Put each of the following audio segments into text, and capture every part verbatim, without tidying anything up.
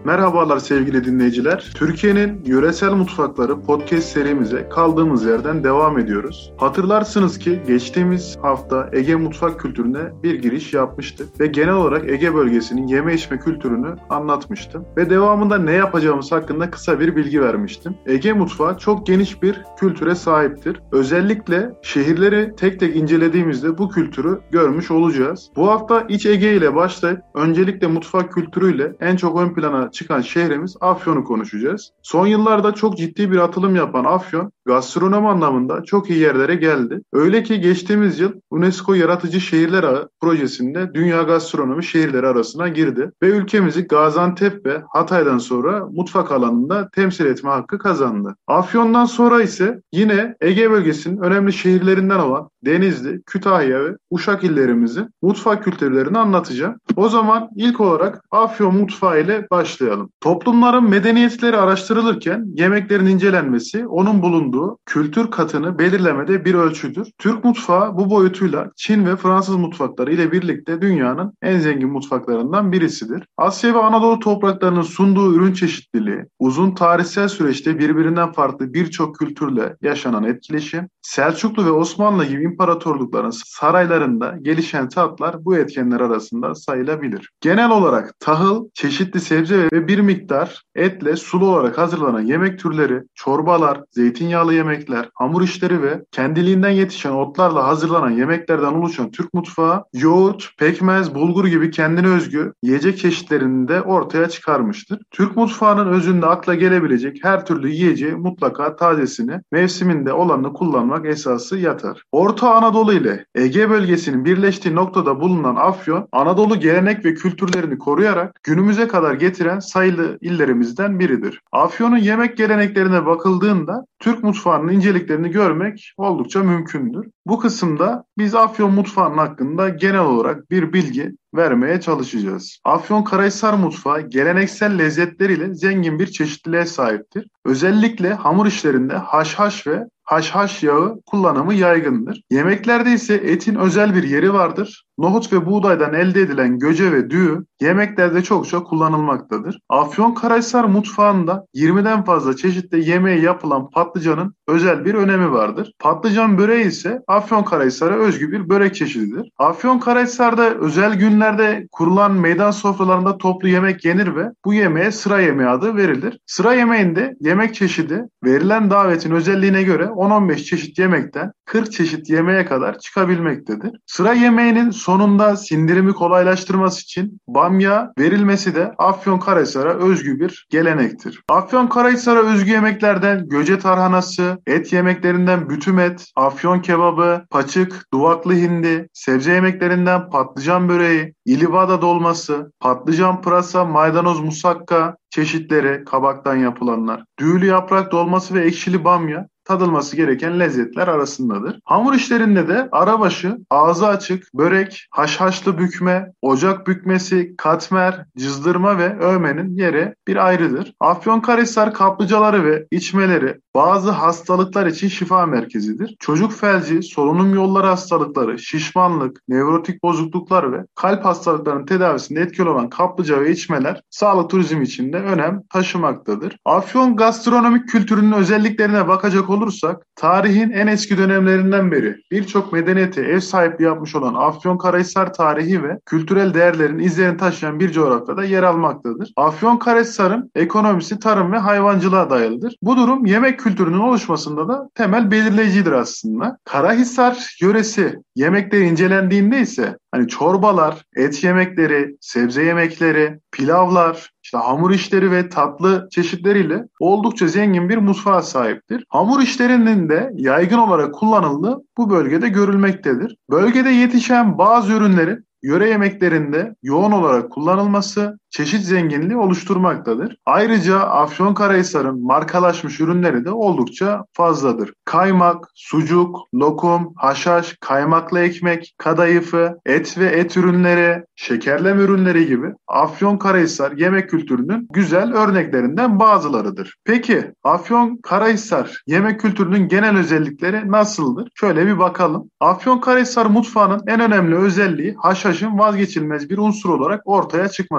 Merhabalar sevgili dinleyiciler. Türkiye'nin yöresel mutfakları podcast serimize kaldığımız yerden devam ediyoruz. Hatırlarsınız ki geçtiğimiz hafta Ege mutfak kültürüne bir giriş yapmıştık ve genel olarak Ege bölgesinin yeme içme kültürünü anlatmıştım ve devamında ne yapacağımız hakkında kısa bir bilgi vermiştim. Ege mutfağı çok geniş bir kültüre sahiptir. Özellikle şehirleri tek tek incelediğimizde bu kültürü görmüş olacağız. Bu hafta İç Ege ile başlayıp öncelikle mutfak kültürüyle en çok ön plana çıkan şehrimiz Afyon'u konuşacağız. Son yıllarda çok ciddi bir atılım yapan Afyon, gastronomi anlamında çok iyi yerlere geldi. Öyle ki geçtiğimiz yıl UNESCO Yaratıcı Şehirler Ağı projesinde Dünya Gastronomi Şehirleri arasına girdi ve ülkemizi Gaziantep ve Hatay'dan sonra mutfak alanında temsil etme hakkı kazandı. Afyon'dan sonra ise yine Ege bölgesinin önemli şehirlerinden olan Denizli, Kütahya ve Uşak illerimizi mutfak kültürlerini anlatacağım. O zaman ilk olarak Afyon mutfağı ile başlayalım. Toplumların medeniyetleri araştırılırken yemeklerin incelenmesi onun bulunduğu kültür katını belirlemede bir ölçüdür. Türk mutfağı bu boyutuyla Çin ve Fransız mutfakları ile birlikte dünyanın en zengin mutfaklarından birisidir. Asya ve Anadolu topraklarının sunduğu ürün çeşitliliği, uzun tarihsel süreçte birbirinden farklı birçok kültürle yaşanan etkileşim, Selçuklu ve Osmanlı gibi imparatorlukların saraylarında gelişen tatlar bu etkenler arasında sayılabilir. Genel olarak tahıl, çeşitli sebze ve bir miktar etle sulu olarak hazırlanan yemek türleri, çorbalar, zeytinyağlı yemekler, hamur işleri ve kendiliğinden yetişen otlarla hazırlanan yemeklerden oluşan Türk mutfağı, yoğurt, pekmez, bulgur gibi kendine özgü yiyecek çeşitlerini de ortaya çıkarmıştır. Türk mutfağının özünde akla gelebilecek her türlü yiyeceği mutlaka tazesini, mevsiminde olanını kullanmak esası yatar. Orta Anadolu ile Ege bölgesinin birleştiği noktada bulunan Afyon, Anadolu gelenek ve kültürlerini koruyarak günümüze kadar getiren sayılı illerimizden biridir. Afyon'un yemek geleneklerine bakıldığında Türk mutfağının inceliklerini görmek oldukça mümkündür. Bu kısımda biz Afyon mutfağının hakkında genel olarak bir bilgi vermeye çalışacağız. Afyonkarahisar mutfağı geleneksel lezzetleriyle zengin bir çeşitliliğe sahiptir. Özellikle hamur işlerinde haşhaş ve haşhaş yağı kullanımı yaygındır. Yemeklerde ise etin özel bir yeri vardır. Nohut ve buğdaydan elde edilen göce ve düğü yemeklerde çokça kullanılmaktadır. Afyonkarahisar mutfağında yirmiden fazla çeşitli yemeğe yapılan patlıcanın özel bir önemi vardır. Patlıcan böreği ise Afyonkarahisar'a özgü bir börek çeşididir. Afyonkarahisar'da özel günlerde kurulan meydan sofralarında toplu yemek yenir ve bu yemeğe sıra yemeği adı verilir. Sıra yemeğinde yemek çeşidi verilen davetin özelliğine göre on on beş çeşit yemekten kırk çeşit yemeğe kadar çıkabilmektedir. Sıra yemeğinin sonunda sindirimi kolaylaştırması için bamya verilmesi de Afyonkarahisar'a özgü bir gelenektir. Afyonkarahisar'a özgü yemeklerden göce tarhanası, et yemeklerinden bütüm et, afyon kebabı, paçık, duvaklı hindi, sebze yemeklerinden patlıcan böreği, ilibada dolması, patlıcan pırasa, maydanoz musakka çeşitleri, kabaktan yapılanlar, düğülü yaprak dolması ve ekşili bamya tadılması gereken lezzetler arasındadır. Hamur işlerinde de arabaşı, ağzı açık, börek, haşhaşlı bükme, ocak bükmesi, katmer, cızdırma ve övmenin yeri bir ayrıdır. Afyonkarahisar kaplıcaları ve içmeleri bazı hastalıklar için şifa merkezidir. Çocuk felci, solunum yolları hastalıkları, şişmanlık, nevrotik bozukluklar ve kalp hastalıklarının tedavisinde etkili olan kaplıca ve içmeler sağlık turizmi için de önem taşımaktadır. Afyon gastronomik kültürünün özelliklerine bakacak olursak, tarihin en eski dönemlerinden beri birçok medeniyete ev sahipliği yapmış olan Afyonkarahisar tarihi ve kültürel değerlerin izlerini taşıyan bir coğrafyada yer almaktadır. Afyonkarahisar'ın ekonomisi tarım ve hayvancılığa dayalıdır. Bu durum yemek kültürünün oluşmasında da temel belirleyicidir aslında. Karahisar yöresi yemekleri incelendiğinde ise hani çorbalar, et yemekleri, sebze yemekleri, pilavlar, işte hamur işleri ve tatlı çeşitleriyle oldukça zengin bir mutfağa sahiptir. Hamur işlerinin de yaygın olarak kullanıldığı bu bölgede görülmektedir. Bölgede yetişen bazı ürünlerin yöre yemeklerinde yoğun olarak kullanılması çeşit zenginliği oluşturmaktadır. Ayrıca Afyonkarahisar'ın markalaşmış ürünleri de oldukça fazladır. Kaymak, sucuk, lokum, haşhaş, kaymaklı ekmek, kadayıfı, et ve et ürünleri, şekerleme ürünleri gibi Afyonkarahisar yemek kültürünün güzel örneklerinden bazılarıdır. Peki Afyonkarahisar yemek kültürünün genel özellikleri nasıldır? Şöyle bir bakalım. Afyonkarahisar mutfağının en önemli özelliği haşhaşın vazgeçilmez bir unsur olarak ortaya çıkmasıdır.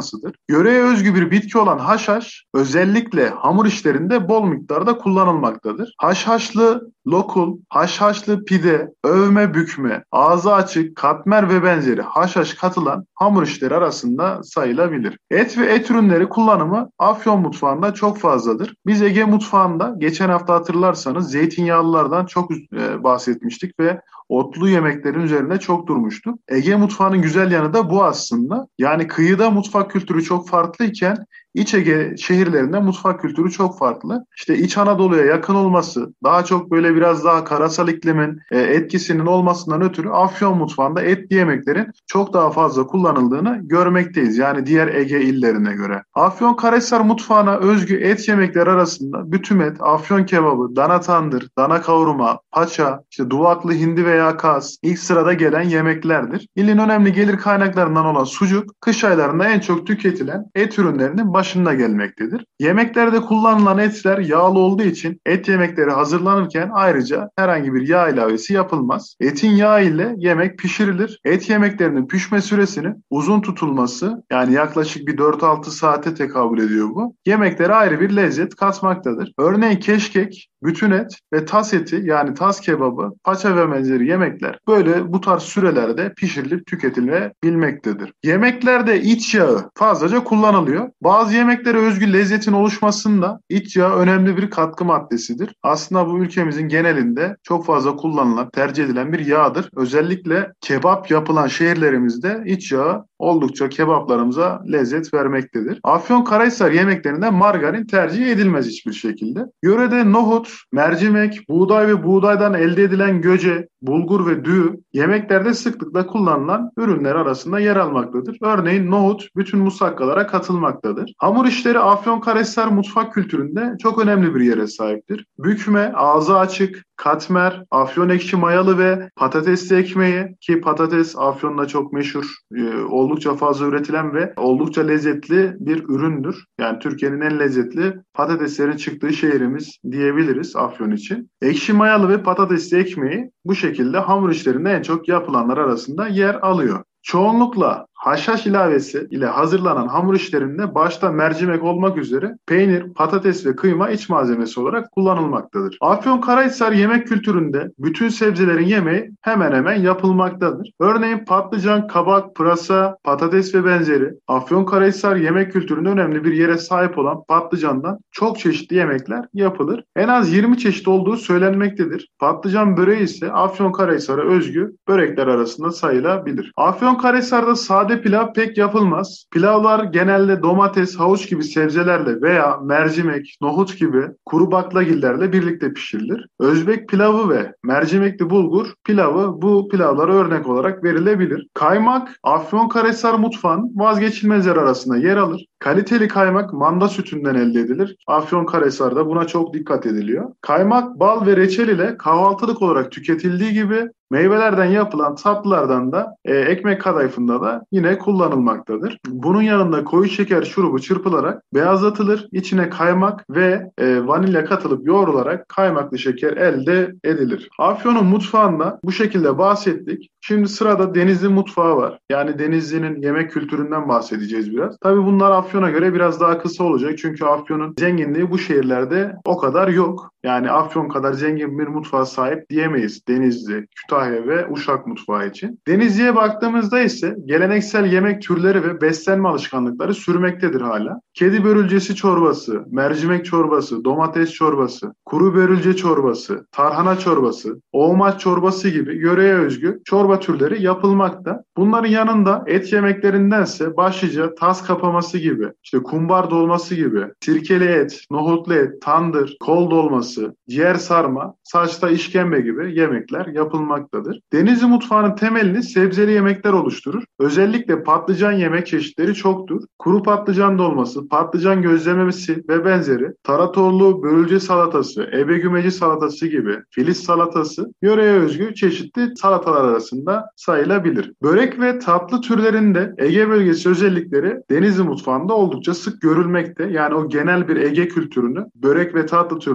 Yöreye özgü bir bitki olan haşhaş özellikle hamur işlerinde bol miktarda kullanılmaktadır. Haşhaşlı lokul, haşhaşlı pide, övme bükme, ağzı açık, katmer ve benzeri haşhaş katılan hamur işleri arasında sayılabilir. Et ve et ürünleri kullanımı Afyon mutfağında çok fazladır. Biz Ege mutfağında geçen hafta hatırlarsanız zeytinyağlılardan çok e, bahsetmiştik ve otlu yemeklerin üzerinde çok durmuştuk. Ege mutfağının güzel yanı da bu aslında. Yani kıyıda mutfak kültürü çok farklıyken İç Ege şehirlerinde mutfak kültürü çok farklı. İşte İç Anadolu'ya yakın olması, daha çok böyle biraz daha karasal iklimin e, etkisinin olmasından ötürü Afyon mutfağında etli yemeklerin çok daha fazla kullanıldığını görmekteyiz. Yani diğer Ege illerine göre. Afyonkarahisar mutfağına özgü et yemekleri arasında bütüm et, Afyon kebabı, dana tandır, dana kavurma, paça, işte duvaklı hindi veya kaz ilk sırada gelen yemeklerdir. İlin önemli gelir kaynaklarından olan sucuk, kış aylarında en çok tüketilen et ürünlerinin başında gelmektedir. Yemeklerde kullanılan etler yağlı olduğu için et yemekleri hazırlanırken ayrıca herhangi bir yağ ilavesi yapılmaz. Etin yağı ile yemek pişirilir. Et yemeklerinin pişme süresinin uzun tutulması, yani yaklaşık bir dört altı saate tekabül ediyor bu, yemeklere ayrı bir lezzet katmaktadır. Örneğin keşkek, bütün et ve tas eti, yani tas kebabı, paça ve benzeri yemekler böyle bu tarz sürelerde pişirilip tüketilebilmektedir. Yemeklerde iç yağı fazlaca kullanılıyor. Bazı yemeklere özgü lezzetin oluşmasında iç yağı önemli bir katkı maddesidir. Aslında bu ülkemizin genelinde çok fazla kullanılan, tercih edilen bir yağdır. Özellikle kebap yapılan şehirlerimizde iç yağı oldukça kebaplarımıza lezzet vermektedir. Afyonkarahisar yemeklerinde margarin tercih edilmez hiçbir şekilde. Yörede nohut, mercimek, buğday ve buğdaydan elde edilen göce, bulgur ve düğü yemeklerde sıklıkla kullanılan ürünler arasında yer almaktadır. Örneğin nohut bütün musakkalara katılmaktadır. Hamur işleri Afyonkarahisar mutfak kültüründe çok önemli bir yere sahiptir. Bükme, ağzı açık, katmer, Afyon ekşi mayalı ve patatesli ekmeği, ki patates Afyon'da çok meşhur, e, oldukça fazla üretilen ve oldukça lezzetli bir üründür. Yani Türkiye'nin en lezzetli patateslerin çıktığı şehrimiz diyebiliriz Afyon için. Ekşi mayalı ve patatesli ekmeği bu şekilde hamur işlerinde en çok yapılanlar arasında yer alıyor. Çoğunlukla haşhaş ilavesi ile hazırlanan hamur işlerinde başta mercimek olmak üzere peynir, patates ve kıyma iç malzemesi olarak kullanılmaktadır. Afyonkarahisar yemek kültüründe bütün sebzelerin yemeği hemen hemen yapılmaktadır. Örneğin patlıcan, kabak, pırasa, patates ve benzeri Afyonkarahisar yemek kültüründe önemli bir yere sahip olan patlıcandan çok çeşitli yemekler yapılır. En az yirmi çeşit olduğu söylenmektedir. Patlıcan böreği ise Afyonkarahisar'a özgü börekler arasında sayılabilir. Afyonkarahisar'da sade pilav pek yapılmaz. Pilavlar genelde domates, havuç gibi sebzelerle veya mercimek, nohut gibi kuru baklagillerle birlikte pişirilir. Özbek pilavı ve mercimekli bulgur pilavı bu pilavlara örnek olarak verilebilir. Kaymak, Afyonkarahisar mutfağının vazgeçilmezler arasında yer alır. Kaliteli kaymak manda sütünden elde edilir. Afyonkarahisar'da buna çok dikkat ediliyor. Kaymak, bal ve reçel ile kahvaltılık olarak tüketildiği gibi meyvelerden yapılan tatlılardan da e, ekmek kadayıfında da yine kullanılmaktadır. Bunun yanında koyu şeker şurubu çırpılarak beyazlatılır. İçine kaymak ve e, vanilya katılıp yoğrularak kaymaklı şeker elde edilir. Afyon'un mutfağında bu şekilde bahsettik. Şimdi sırada Denizli mutfağı var. Yani Denizli'nin yemek kültüründen bahsedeceğiz biraz. Tabii bunlar Afyon'a göre biraz daha kısa olacak. Çünkü Afyon'un zenginliği bu şehirlerde o kadar yok. Yani Afyon kadar zengin bir mutfağa sahip diyemeyiz Denizli, Kütahya ve Uşak mutfağı için. Denizli'ye baktığımızda ise geleneksel yemek türleri ve beslenme alışkanlıkları sürmektedir hala. Kedi börülcesi çorbası, mercimek çorbası, domates çorbası, kuru börülce çorbası, tarhana çorbası, oğmaç çorbası gibi yöreye özgü çorba türleri yapılmakta. Bunların yanında et yemeklerindense başlıca tas kapaması gibi, işte kumbar dolması gibi, sirkeli et, nohutlu et, tandır, kol dolması, ciğer sarma, saçta işkembe gibi yemekler yapılmaktadır. Denizli mutfağının temelini sebzeli yemekler oluşturur. Özellikle patlıcan yemek çeşitleri çoktur. Kuru patlıcan dolması, patlıcan gözlemesi ve benzeri, taratorlu börülce salatası, ebegümeci salatası gibi, filiz salatası yöreye özgü çeşitli salatalar arasında sayılabilir. Börek ve tatlı türlerinde Ege bölgesi özellikleri Denizli mutfağında oldukça sık görülmekte. Yani o genel bir Ege kültürünü börek ve tatlı türlerinde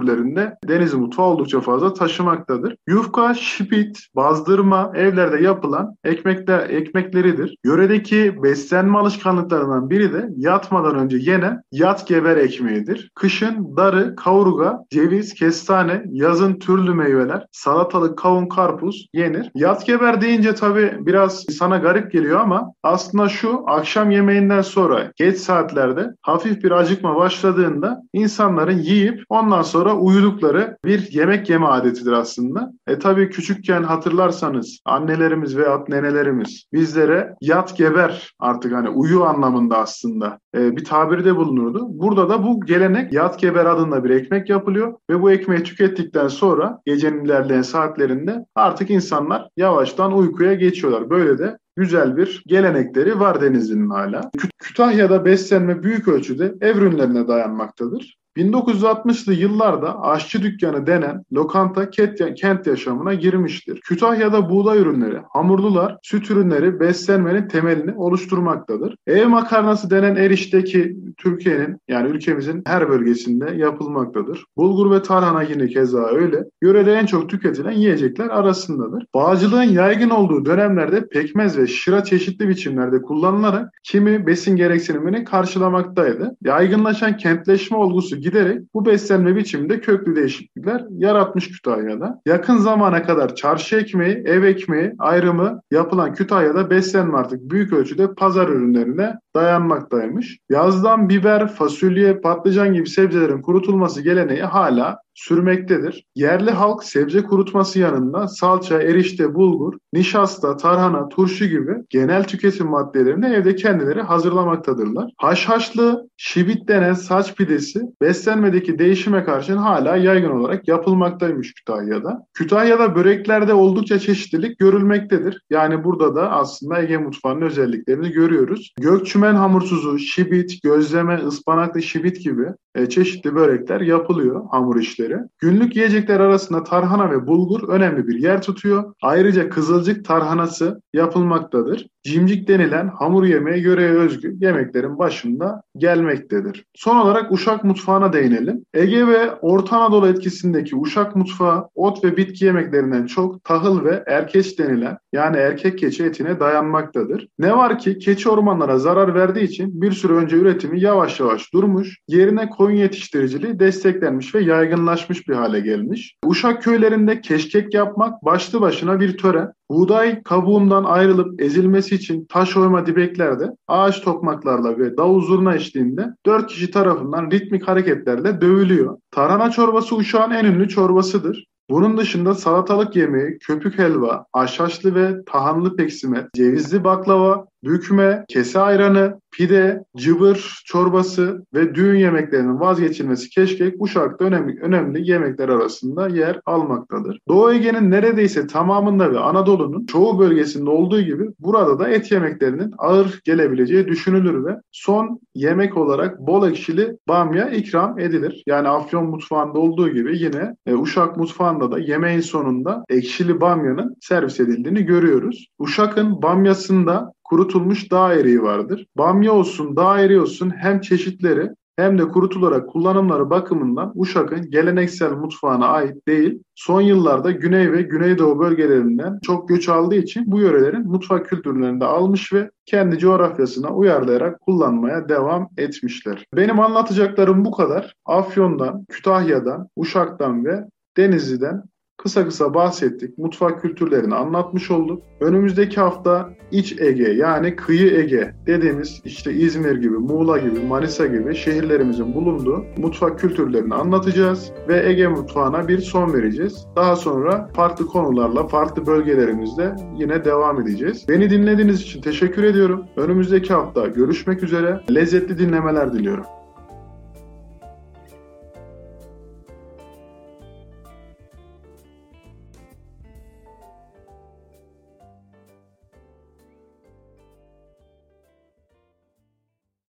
de Denizli mutfağı oldukça fazla taşımaktadır. Yufka, şipit, bazdırma evlerde yapılan ekmekler, ekmekleridir. Yöredeki beslenme alışkanlıklarından biri de yatmadan önce yenen yat geber ekmeğidir. Kışın darı, kavurga, ceviz, kestane, yazın türlü meyveler, salatalık, kavun, karpuz yenir. Yat geber deyince tabii biraz sana garip geliyor ama aslında şu, akşam yemeğinden sonra geç saatlerde hafif bir acıkma başladığında insanların yiyip ondan sonra uyudukları bir yemek yeme adetidir aslında. E tabii küçükken hatırlarsanız annelerimiz veya nenelerimiz bizlere yat geber, artık hani uyu anlamında aslında e, bir tabirde bulunurdu. Burada da bu gelenek yat geber adında bir ekmek yapılıyor ve bu ekmeği tükettikten sonra gecenin ilerleyen saatlerinde artık insanlar yavaştan uykuya geçiyorlar. Böyle de güzel bir gelenekleri var Denizli'nin hala. Kütahya'da beslenme büyük ölçüde ev ürünlerine dayanmaktadır. bin dokuz yüz altmışlı yıllarda aşçı dükkanı denen lokanta kent yaşamına girmiştir. Kütahya'da buğday ürünleri, hamurlular, süt ürünleri beslenmenin temelini oluşturmaktadır. Ev makarnası denen erişte ki Türkiye'nin, yani ülkemizin her bölgesinde yapılmaktadır. Bulgur ve tarhana yine keza öyle. Yörede en çok tüketilen yiyecekler arasındadır. Bağcılığın yaygın olduğu dönemlerde pekmez ve şıra çeşitli biçimlerde kullanılarak kimi besin gereksinimini karşılamaktaydı. Yaygınlaşan kentleşme olgusu giderek bu beslenme biçiminde köklü değişiklikler yaratmış Kütahya'da. Yakın zamana kadar çarşı ekmeği, ev ekmeği ayrımı yapılan Kütahya'da beslenme artık büyük ölçüde pazar ürünlerine dayanmaktaymış. Yazdan biber, fasulye, patlıcan gibi sebzelerin kurutulması geleneği hala sürmektedir. Yerli halk sebze kurutması yanında salça, erişte, bulgur, nişasta, tarhana, turşu gibi genel tüketim maddelerini evde kendileri hazırlamaktadırlar. Haşhaşlı, şibit denen saç pidesi beslenmedeki değişime karşın hala yaygın olarak yapılmaktaymış Kütahya'da. Kütahya'da böreklerde oldukça çeşitlilik görülmektedir. Yani burada da aslında Ege mutfağının özelliklerini görüyoruz. Gökçümen hamursuzu, şibit, gözleme, ıspanaklı şibit gibi e, çeşitli börekler yapılıyor, hamur işleri. Günlük yiyecekler arasında tarhana ve bulgur önemli bir yer tutuyor. Ayrıca kızılcık tarhanası yapılmaktadır. Cimcik denilen hamur yemeği yöreye özgü yemeklerin başında gelmektedir. Son olarak Uşak mutfağına değinelim. Ege ve Orta Anadolu etkisindeki Uşak mutfağı ot ve bitki yemeklerinden çok tahıl ve erkeç denilen, yani erkek keçi etine dayanmaktadır. Ne var ki keçi ormanlara zarar verdiği için bir süre önce üretimi yavaş yavaş durmuş, yerine koyun yetiştiriciliği desteklenmiş ve yaygınlaşmış bir hale gelmiş. Uşak köylerinde keşkek yapmak başlı başına bir tören. Buğday kabuğundan ayrılıp ezilmesi için taş oyma dibeklerde ağaç tokmaklarla ve davul zurna eşliğinde dört kişi tarafından ritmik hareketlerle dövülüyor. Tarhana çorbası Uşak'ın en ünlü çorbasıdır. Bunun dışında salatalık yemeği, köpük helva, haşhaşlı ve tahanlı peksimet, cevizli baklava, bükme, kese ayranı, pide, cıbır çorbası ve düğün yemeklerinin vazgeçilmesi keşkek Uşak'ta önemli, önemli yemekler arasında yer almaktadır. Doğu Ege'nin neredeyse tamamında ve Anadolu'nun çoğu bölgesinde olduğu gibi burada da et yemeklerinin ağır gelebileceği düşünülür ve son yemek olarak bol ekşili bamya ikram edilir. Yani Afyon mutfağında olduğu gibi yine e, Uşak mutfağında da yemeğin sonunda ekşili bamyanın servis edildiğini görüyoruz. Uşak'ın bamyasında kurutulmuş dağ eriği vardır. Bamya olsun, dağ eriği olsun hem çeşitleri hem de kurutularak kullanımları bakımından Uşak'ın geleneksel mutfağına ait değil. Son yıllarda Güney ve Güneydoğu bölgelerinden çok göç aldığı için bu yörelerin mutfak kültürlerini de almış ve kendi coğrafyasına uyarlayarak kullanmaya devam etmişler. Benim anlatacaklarım bu kadar. Afyon'dan, Kütahya'dan, Uşak'tan ve Denizli'den kısa kısa bahsettik. Mutfak kültürlerini anlatmış olduk. Önümüzdeki hafta İç Ege, yani kıyı Ege dediğimiz işte İzmir gibi, Muğla gibi, Manisa gibi şehirlerimizin bulunduğu mutfak kültürlerini anlatacağız ve Ege mutfağına bir son vereceğiz. Daha sonra farklı konularla farklı bölgelerimizde yine devam edeceğiz. Beni dinlediğiniz için teşekkür ediyorum. Önümüzdeki hafta görüşmek üzere. Lezzetli dinlemeler diliyorum.